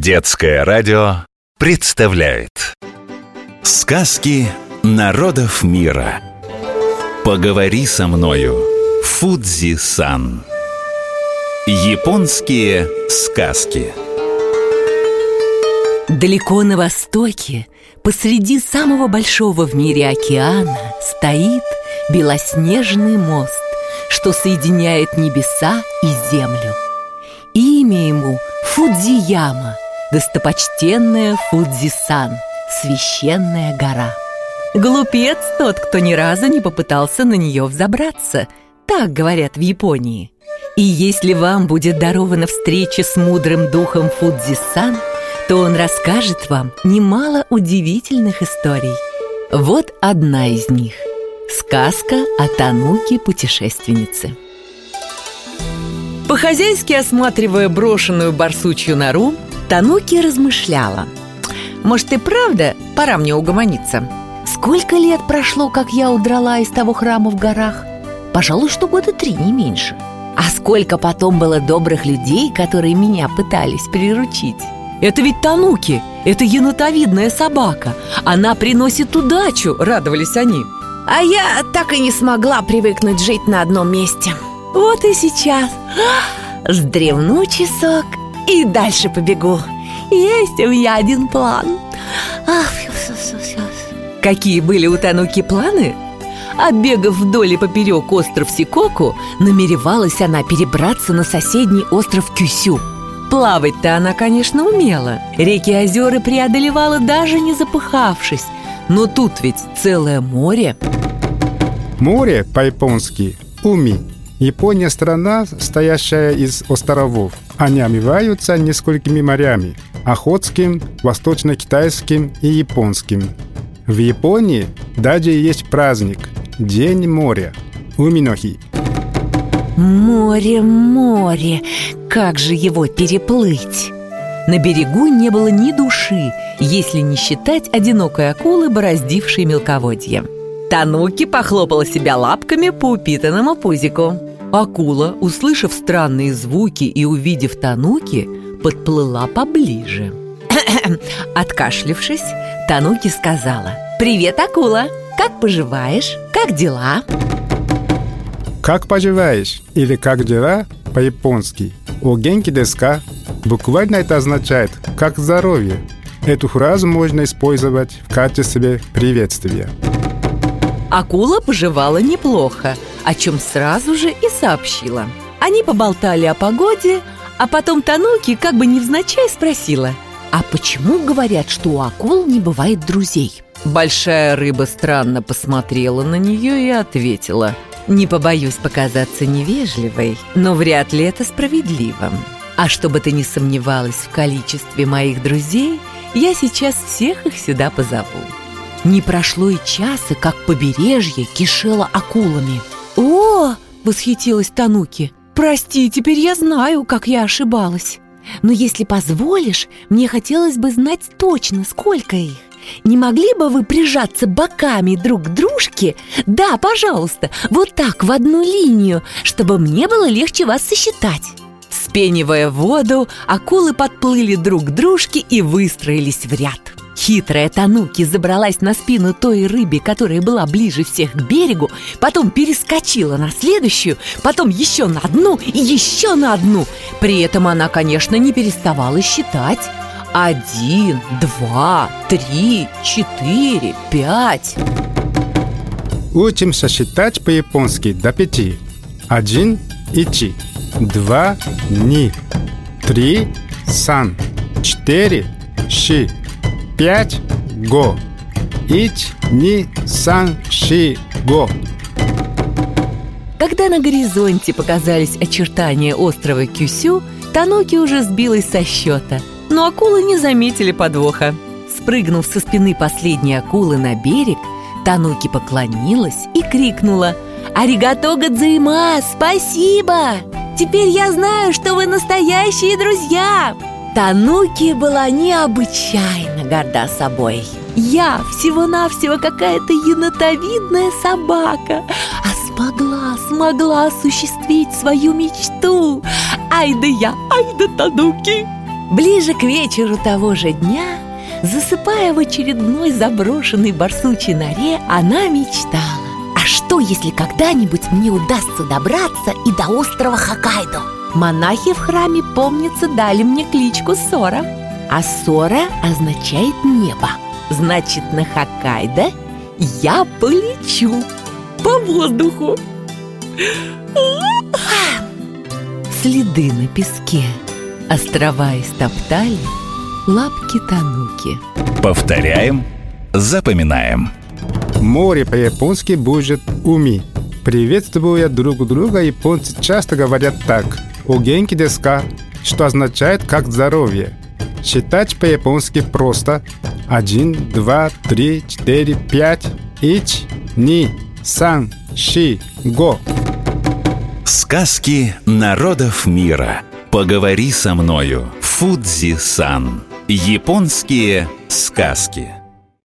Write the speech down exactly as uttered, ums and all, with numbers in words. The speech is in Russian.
Детское радио представляет сказки народов мира. Поговори со мною, Фудзи-сан. Японские сказки. Далеко на востоке, посреди самого большого в мире океана, стоит белоснежный мост, что соединяет небеса и землю. Имя ему Фудзияма, достопочтенная Фудзи-сан, священная гора. Глупец тот, кто ни разу не попытался на нее взобраться, так говорят в Японии. И если вам будет дарована встреча с мудрым духом Фудзи-сан, то он расскажет вам немало удивительных историй. Вот одна из них – сказка о Тануки-путешественнице. По-хозяйски осматривая брошенную барсучью нору, Тануки размышляла: может и правда пора мне угомониться? Сколько лет прошло, как я удрала из того храма в горах? Пожалуй, что года три, не меньше. А сколько потом было добрых людей, которые меня пытались приручить? Это ведь Тануки, это енотовидная собака. Она приносит удачу, радовались они. А я так и не смогла привыкнуть жить на одном месте. Вот и сейчас сдремну часок и дальше побегу. Есть у меня один план. Ах, какие были у Тануки планы? Оббегав вдоль и поперек остров Сикоку, намеревалась она перебраться на соседний остров Кюсю. Плавать-то она, конечно, умела. Реки и озера преодолевала, даже не запыхавшись. Но тут ведь целое море. Море по-японски «уми». Япония – страна, стоящая из островов. Они омываются несколькими морями – Охотским, Восточно-Китайским и Японским. В Японии даже есть праздник – День моря – Уминохи. Море, море, как же его переплыть? На берегу не было ни души, если не считать одинокой акулы, бороздившей мелководье. Тануки похлопала себя лапками по упитанному пузику. Акула, услышав странные звуки и увидев Тануки, подплыла поближе. Откашлившись, Тануки сказала: «Привет, акула! Как поживаешь? Как дела?» «Как поживаешь?» или «как дела?» по-японски «О генки десу ка?» буквально это означает «как здоровье». Эту фразу можно использовать в качестве приветствия. Акула поживала неплохо, о чем сразу же и сообщила. Они поболтали о погоде, а потом Тануки как бы невзначай спросила: «А почему говорят, что у акул не бывает друзей?» Большая рыба странно посмотрела на нее и ответила: «Не побоюсь показаться невежливой, но вряд ли это справедливо. А чтобы ты не сомневалась в количестве моих друзей, я сейчас всех их сюда позову». Не прошло и часа, как побережье кишело акулами. «О!» – восхитилась Тануки. «Прости, теперь я знаю, как я ошибалась. Но если позволишь, мне хотелось бы знать точно, сколько их. Не могли бы вы прижаться боками друг к дружке? Да, пожалуйста, вот так, в одну линию, чтобы мне было легче вас сосчитать». Вспенивая воду, акулы подплыли друг к дружке и выстроились в ряд. Хитрая Тануки забралась на спину той рыбе, которая была ближе всех к берегу, потом перескочила на следующую, потом еще на одну и еще на одну. При этом она, конечно, не переставала считать. Один, два, три, четыре, пять. Учимся считать по-японски до пяти. Один – ичи, два – ни, три – сан, четыре – ши, пять – го. Ич, ни, сан, ши, го. Когда на горизонте показались очертания острова Кюсю, Тануки уже сбилась со счета. Но акулы не заметили подвоха. Спрыгнув со спины последней акулы на берег, Тануки поклонилась и крикнула: «Аригато годзаимас! Спасибо! Теперь я знаю, что вы настоящие друзья!» Тануки была необычайно горда собой. «Я всего-навсего какая-то енотовидная собака, а смогла, смогла осуществить свою мечту! Ай да я, ай да Тануки!» Ближе к вечеру того же дня, засыпая в очередной заброшенной барсучьей норе, она мечтала: А что, если когда-нибудь мне удастся добраться и до острова Хоккайдо? монахи в храме, помнится, дали мне кличку Сора. А Сора означает небо. Значит, на Хоккайдо я полечу по воздуху. Следы на песке, острова истоптали лапки Тануки. Повторяем, запоминаем. Море по-японски будет «уми». Приветствуя друг друга, японцы часто говорят так: «О генки десу ка?», что означает «как здоровье». Считать по-японски просто: один, два, три, четыре, пять, ич, ни, сан, ши, го. Сказки народов мира. Поговори со мною, Фудзи-сан. Японские сказки.